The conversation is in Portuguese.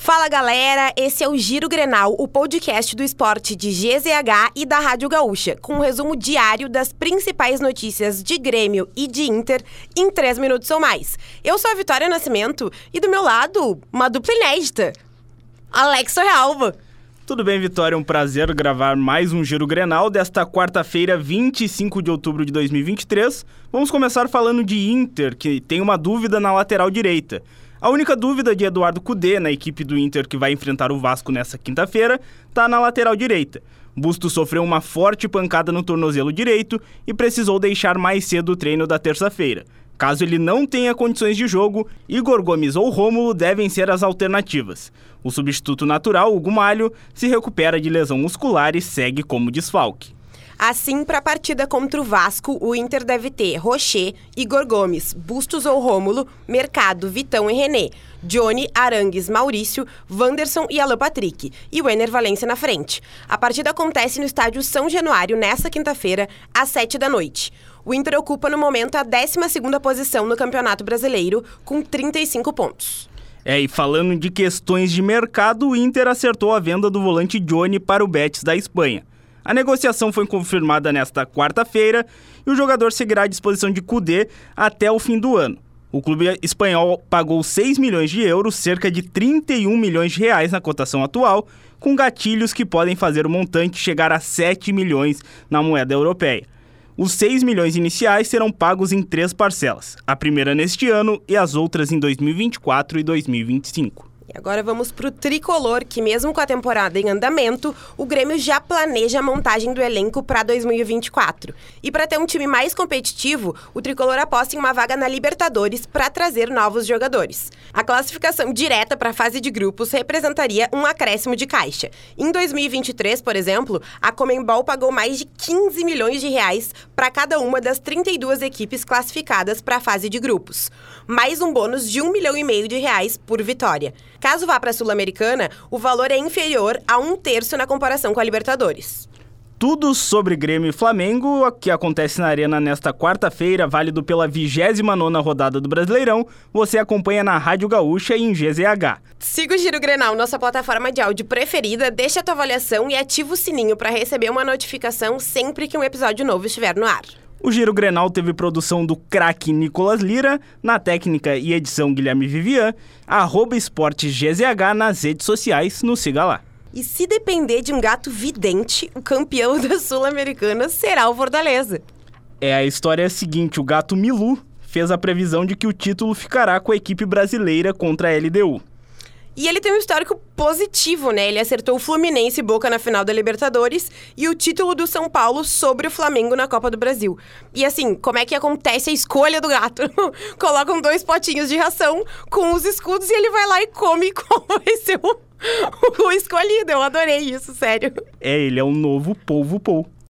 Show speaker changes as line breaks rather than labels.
Fala galera, esse é o Giro Grenal, o podcast do esporte de GZH e da Rádio Gaúcha, com um resumo diário das principais notícias de Grêmio e de Inter em 3 minutos ou mais. Eu sou a Vitória Nascimento e do meu lado, uma dupla inédita, Alex Realva.
Tudo bem, Vitória? É um prazer gravar mais um Giro Grenal desta quarta-feira, 25 de outubro de 2023. Vamos começar falando de Inter, que tem uma dúvida na lateral direita. A única dúvida de Eduardo Cudê, na equipe do Inter que vai enfrentar o Vasco nesta quinta-feira, está na lateral direita. Busto sofreu uma forte pancada no tornozelo direito e precisou deixar mais cedo o treino da terça-feira. Caso ele não tenha condições de jogo, Igor Gomes ou Rômulo devem ser as alternativas. O substituto natural, Hugo Malho, se recupera de lesão muscular e segue como desfalque.
Assim, para a partida contra o Vasco, o Inter deve ter Rocher, Igor Gomes, Bustos ou Rômulo, Mercado, Vitão e René, Johnny, Arangues, Maurício, Wanderson e Alan Patrick, e o Ener Valencia na frente. A partida acontece no estádio São Januário nesta quinta-feira, às 19h. O Inter ocupa no momento a 12ª posição no Campeonato Brasileiro, com 35 pontos.
E falando de questões de mercado, o Inter acertou a venda do volante Johnny para o Betis da Espanha. A negociação foi confirmada nesta quarta-feira e o jogador seguirá à disposição de Cudê até o fim do ano. O clube espanhol pagou 6 milhões de euros, cerca de 31 milhões de reais na cotação atual, com gatilhos que podem fazer o montante chegar a 7 milhões na moeda europeia. Os 6 milhões iniciais serão pagos em 3 parcelas, a primeira neste ano e as outras em 2024 e 2025.
E agora vamos para o tricolor, que mesmo com a temporada em andamento, o Grêmio já planeja a montagem do elenco para 2024. E para ter um time mais competitivo, o tricolor aposta em uma vaga na Libertadores para trazer novos jogadores. A classificação direta para a fase de grupos representaria um acréscimo de caixa. Em 2023, por exemplo, a Conmebol pagou mais de 15 milhões de reais para cada uma das 32 equipes classificadas para a fase de grupos, mais um bônus de 1,5 milhão de reais por vitória. Caso vá para a Sul-Americana, o valor é inferior a 1/3 na comparação com a Libertadores.
Tudo sobre Grêmio e Flamengo, que acontece na Arena nesta quarta-feira, válido pela 29ª rodada do Brasileirão, você acompanha na Rádio Gaúcha e em GZH.
Siga o Giro Grenal, nossa plataforma de áudio preferida, deixa a tua avaliação e ativa o sininho para receber uma notificação sempre que um episódio novo estiver no ar.
O Giro Grenal teve produção do craque Nicolas Lira, na técnica e edição Guilherme Vivian, @esportesgzh nas redes sociais, nos siga lá.
E se depender de um gato vidente, o campeão da Sul-Americana será o Fortaleza.
A história é a seguinte, o gato Milu fez a previsão de que o título ficará com a equipe brasileira contra a LDU.
E ele tem um histórico positivo, né? Ele acertou o Fluminense e Boca na final da Libertadores e o título do São Paulo sobre o Flamengo na Copa do Brasil. E assim, como é que acontece a escolha do gato? Colocam 2 potinhos de ração com os escudos e ele vai lá e come qual vai ser o escolhido. Eu adorei isso, sério.
Ele é o novo Polvo Pou.